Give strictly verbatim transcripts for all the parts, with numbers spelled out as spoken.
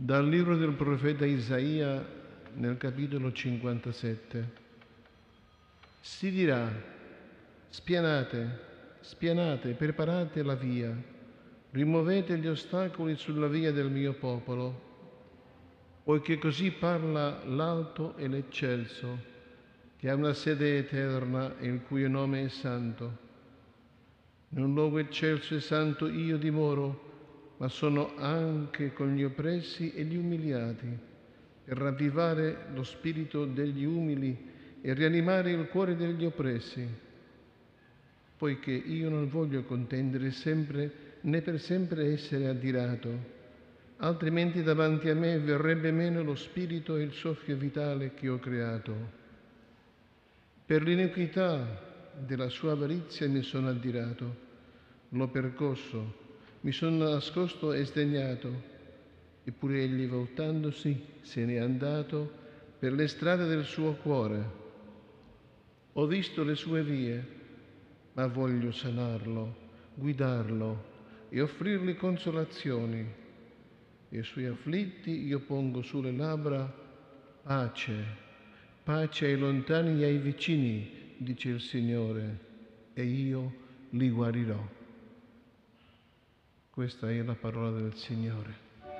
Dal libro del profeta Isaia, nel capitolo cinquantasette. Si dirà: spianate, spianate, preparate la via, rimuovete gli ostacoli sulla via del mio popolo, poiché così parla l'Alto e l'Eccelso, che ha una sede eterna e il cui nome è santo. In un luogo eccelso e santo io dimoro, ma sono anche con gli oppressi e gli umiliati, per ravvivare lo spirito degli umili e rianimare il cuore degli oppressi, poiché io non voglio contendere sempre, né per sempre essere addirato, altrimenti davanti a me verrebbe meno lo spirito e il soffio vitale che ho creato. Per l'iniquità della sua avarizia mi sono addirato, l'ho percosso, mi sono nascosto e sdegnato, eppure egli, voltandosi, se n'è andato per le strade del suo cuore. Ho visto le sue vie, ma voglio sanarlo, guidarlo e offrirgli consolazioni. E ai suoi afflitti io pongo sulle labbra pace, pace ai lontani e ai vicini, dice il Signore, e io li guarirò. Questa è la parola del Signore.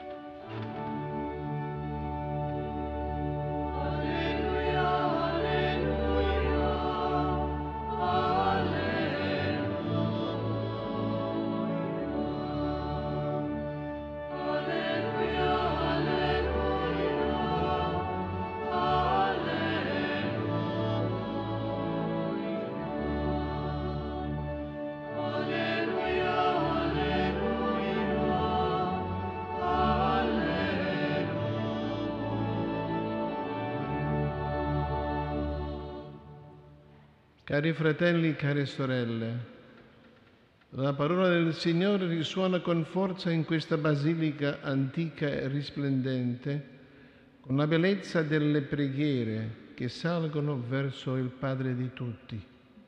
Cari fratelli, care sorelle, la parola del Signore risuona con forza in questa basilica antica e risplendente, con la bellezza delle preghiere che salgono verso il Padre di tutti.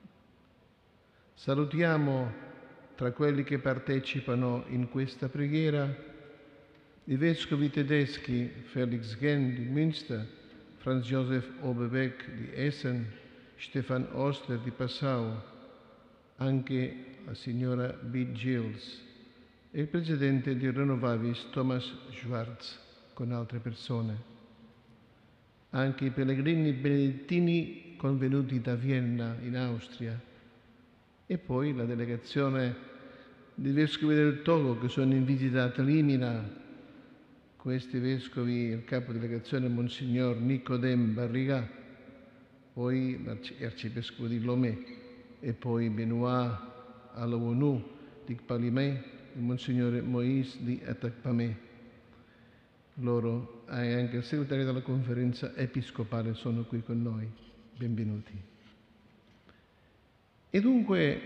Salutiamo tra quelli che partecipano in questa preghiera i vescovi tedeschi Felix Genn di Münster, Franz Josef Oberbeck di Essen, Stefan Oster di Passau, anche la signora B. Gilles e il presidente di Renovavis Thomas Schwarz con altre persone, anche i pellegrini benedettini convenuti da Vienna in Austria e poi la delegazione dei vescovi del Togo che sono in visita a Talimina. Questi vescovi, il capo delegazione Monsignor Nicodème Barriga, poi l'arcivescovo di Lomé e poi Benoît all'ONU di Palimé, il Monsignore Moïse di Atakpamé. Loro e anche il segretario della conferenza episcopale sono qui con noi. Benvenuti. E dunque,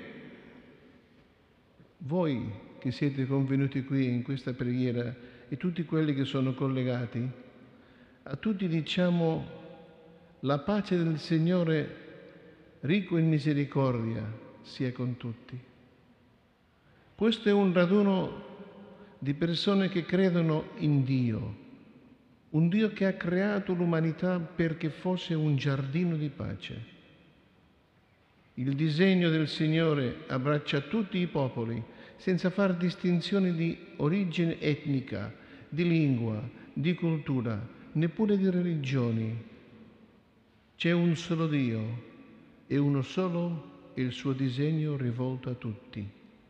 voi che siete convenuti qui in questa preghiera e tutti quelli che sono collegati, a tutti diciamo: la pace del Signore, ricco in misericordia, sia con tutti. Questo è un raduno di persone che credono in Dio, un Dio che ha creato l'umanità perché fosse un giardino di pace. Il disegno del Signore abbraccia tutti i popoli, senza far distinzioni di origine etnica, di lingua, di cultura, neppure di religioni. C'è un solo Dio e uno solo il suo disegno rivolto a tutti.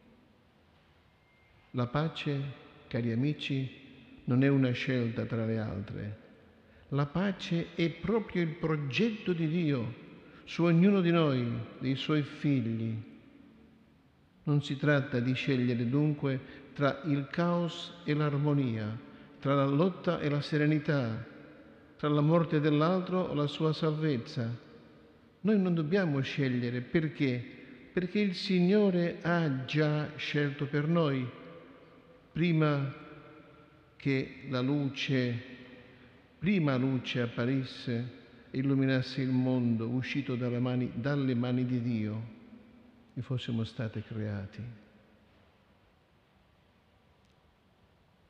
La pace, cari amici, non è una scelta tra le altre. La pace è proprio il progetto di Dio su ognuno di noi, dei Suoi figli. Non si tratta di scegliere dunque tra il caos e l'armonia, tra la lotta e la serenità, tra la morte dell'altro o la sua salvezza. Noi non dobbiamo scegliere. Perché? Perché il Signore ha già scelto per noi, prima che la luce, prima luce apparisse e illuminasse il mondo uscito dalle mani, dalle mani di Dio e fossimo stati creati.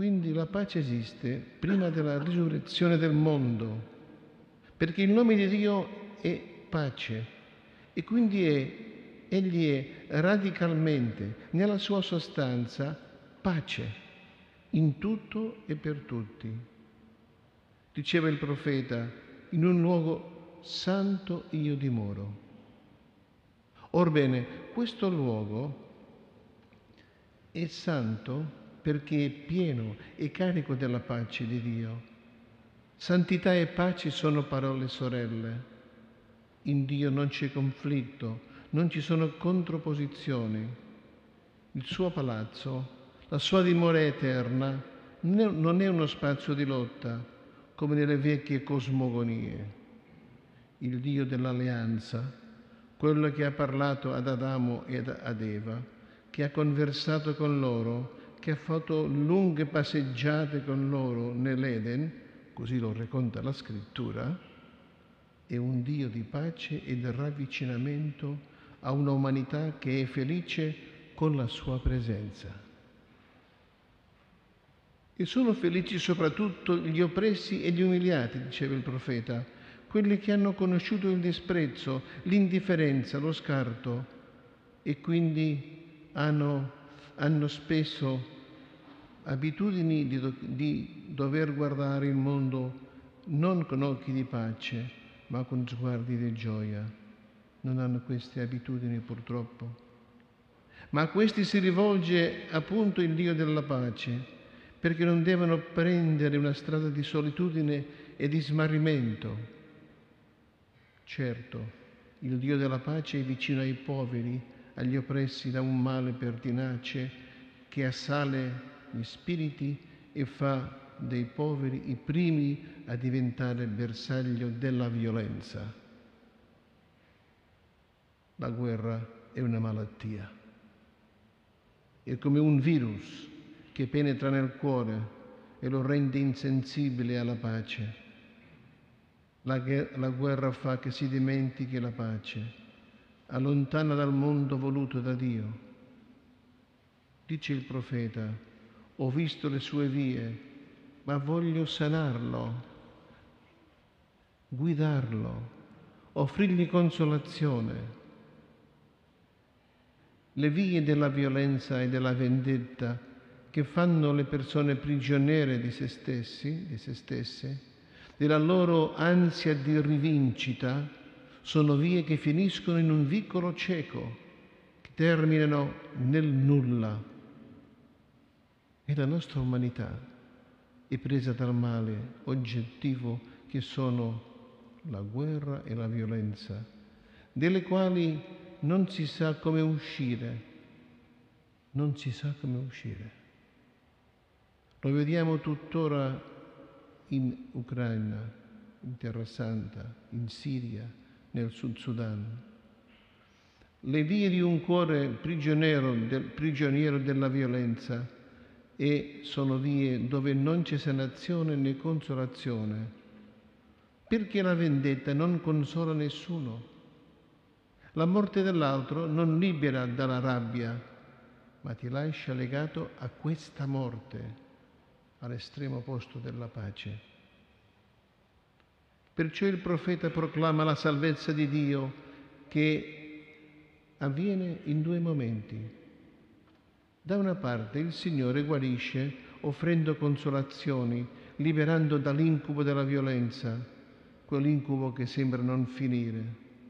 Quindi la pace esiste prima della risurrezione del mondo, perché il nome di Dio è pace e quindi è, Egli è radicalmente, nella sua sostanza, pace, in tutto e per tutti. Diceva il profeta, in un luogo santo io dimoro. Orbene, questo luogo è santo perché è pieno e carico della pace di Dio. Santità e pace sono parole sorelle. In Dio non c'è conflitto, non ci sono controposizioni. Il suo palazzo, la sua dimora eterna, non è uno spazio di lotta, come nelle vecchie cosmogonie. Il Dio dell'alleanza, quello che ha parlato ad Adamo e ad Eva, che ha conversato con loro, che ha fatto lunghe passeggiate con loro nell'Eden, così lo racconta la Scrittura, è un Dio di pace e di ravvicinamento a una umanità che è felice con la sua presenza. E sono felici soprattutto gli oppressi e gli umiliati, diceva il profeta, quelli che hanno conosciuto il disprezzo, l'indifferenza, lo scarto e quindi hanno, hanno spesso abitudini di, do, di dover guardare il mondo non con occhi di pace, ma con sguardi di gioia. Non hanno queste abitudini purtroppo. Ma a questi si rivolge appunto il Dio della pace, perché non devono prendere una strada di solitudine e di smarrimento. Certo, il Dio della pace è vicino ai poveri, agli oppressi da un male pertinace che assale gli spiriti e fa dei poveri i primi a diventare bersaglio della violenza. La guerra è una malattia, è come un virus che penetra nel cuore e lo rende insensibile alla pace. La, la guerra fa che si dimentichi la pace, allontana dal mondo voluto da Dio. Dice il profeta, ho visto le sue vie, ma voglio sanarlo, guidarlo, offrirgli consolazione. Le vie della violenza e della vendetta che fanno le persone prigioniere di se stessi, di se stesse, della loro ansia di rivincita, sono vie che finiscono in un vicolo cieco, che terminano nel nulla. E la nostra umanità è presa dal male oggettivo che sono la guerra e la violenza, delle quali non si sa come uscire, non si sa come uscire. Lo vediamo tuttora in Ucraina, in Terra Santa, in Siria, nel Sud Sudan. Le vie di un cuore prigioniero, del, prigioniero della violenza e sono vie dove non c'è sanazione né consolazione, perché la vendetta non consola nessuno. La morte dell'altro non libera dalla rabbia, ma ti lascia legato a questa morte, all'estremo opposto della pace. Perciò il profeta proclama la salvezza di Dio che avviene in due momenti. Da una parte il Signore guarisce offrendo consolazioni, liberando dall'incubo della violenza, quell'incubo che sembra non finire.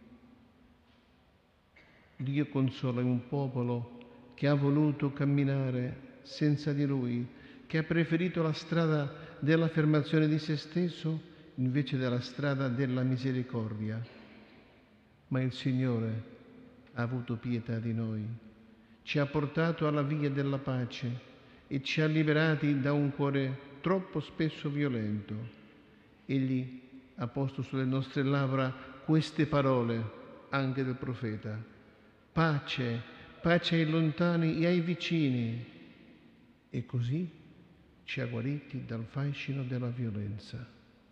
Dio consola un popolo che ha voluto camminare senza di Lui, che ha preferito la strada dell'affermazione di se stesso invece della strada della misericordia. Ma il Signore ha avuto pietà di noi, ci ha portato alla via della pace e ci ha liberati da un cuore troppo spesso violento. Egli ha posto sulle nostre labbra queste parole, anche del profeta: pace, pace ai lontani e ai vicini. E così ci ha guariti dal fascino della violenza.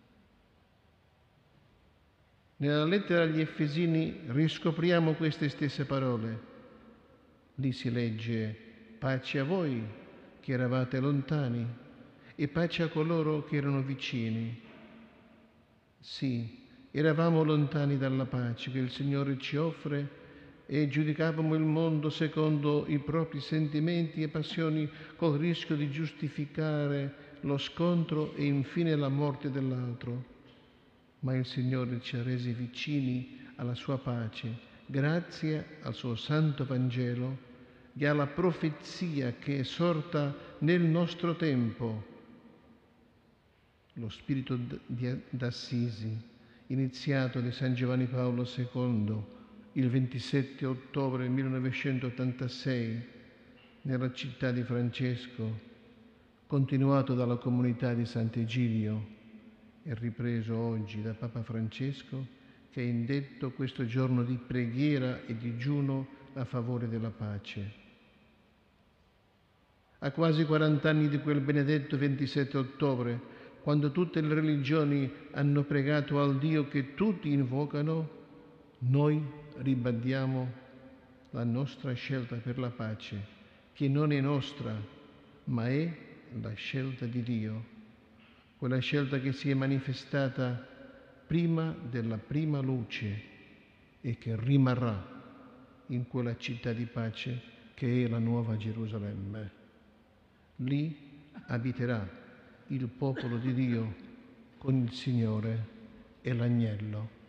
Nella lettera agli Efesini riscopriamo queste stesse parole. Lì si legge: pace a voi che eravate lontani, e pace a coloro che erano vicini. Sì, eravamo lontani dalla pace che il Signore ci offre e giudicavamo il mondo secondo i propri sentimenti e passioni, col rischio di giustificare lo scontro e infine la morte dell'altro. Ma il Signore ci ha resi vicini alla sua pace, grazie al suo santo Vangelo e alla profezia che è sorta nel nostro tempo. Lo spirito d'Assisi, iniziato da San Giovanni Paolo secondo il ventisette ottobre millenovecentottantasei nella città di Francesco, continuato dalla comunità di Sant'Egidio e ripreso oggi da Papa Francesco, che ha indetto questo giorno di preghiera e digiuno a favore della pace. A quasi quarant'anni di quel benedetto ventisette ottobre, quando tutte le religioni hanno pregato al Dio che tutti invocano, noi ribadiamo la nostra scelta per la pace, che non è nostra, ma è la scelta di Dio, quella scelta che si è manifestata prima della prima luce e che rimarrà in quella città di pace che è la Nuova Gerusalemme. Lì abiterà il popolo di Dio con il Signore e l'Agnello.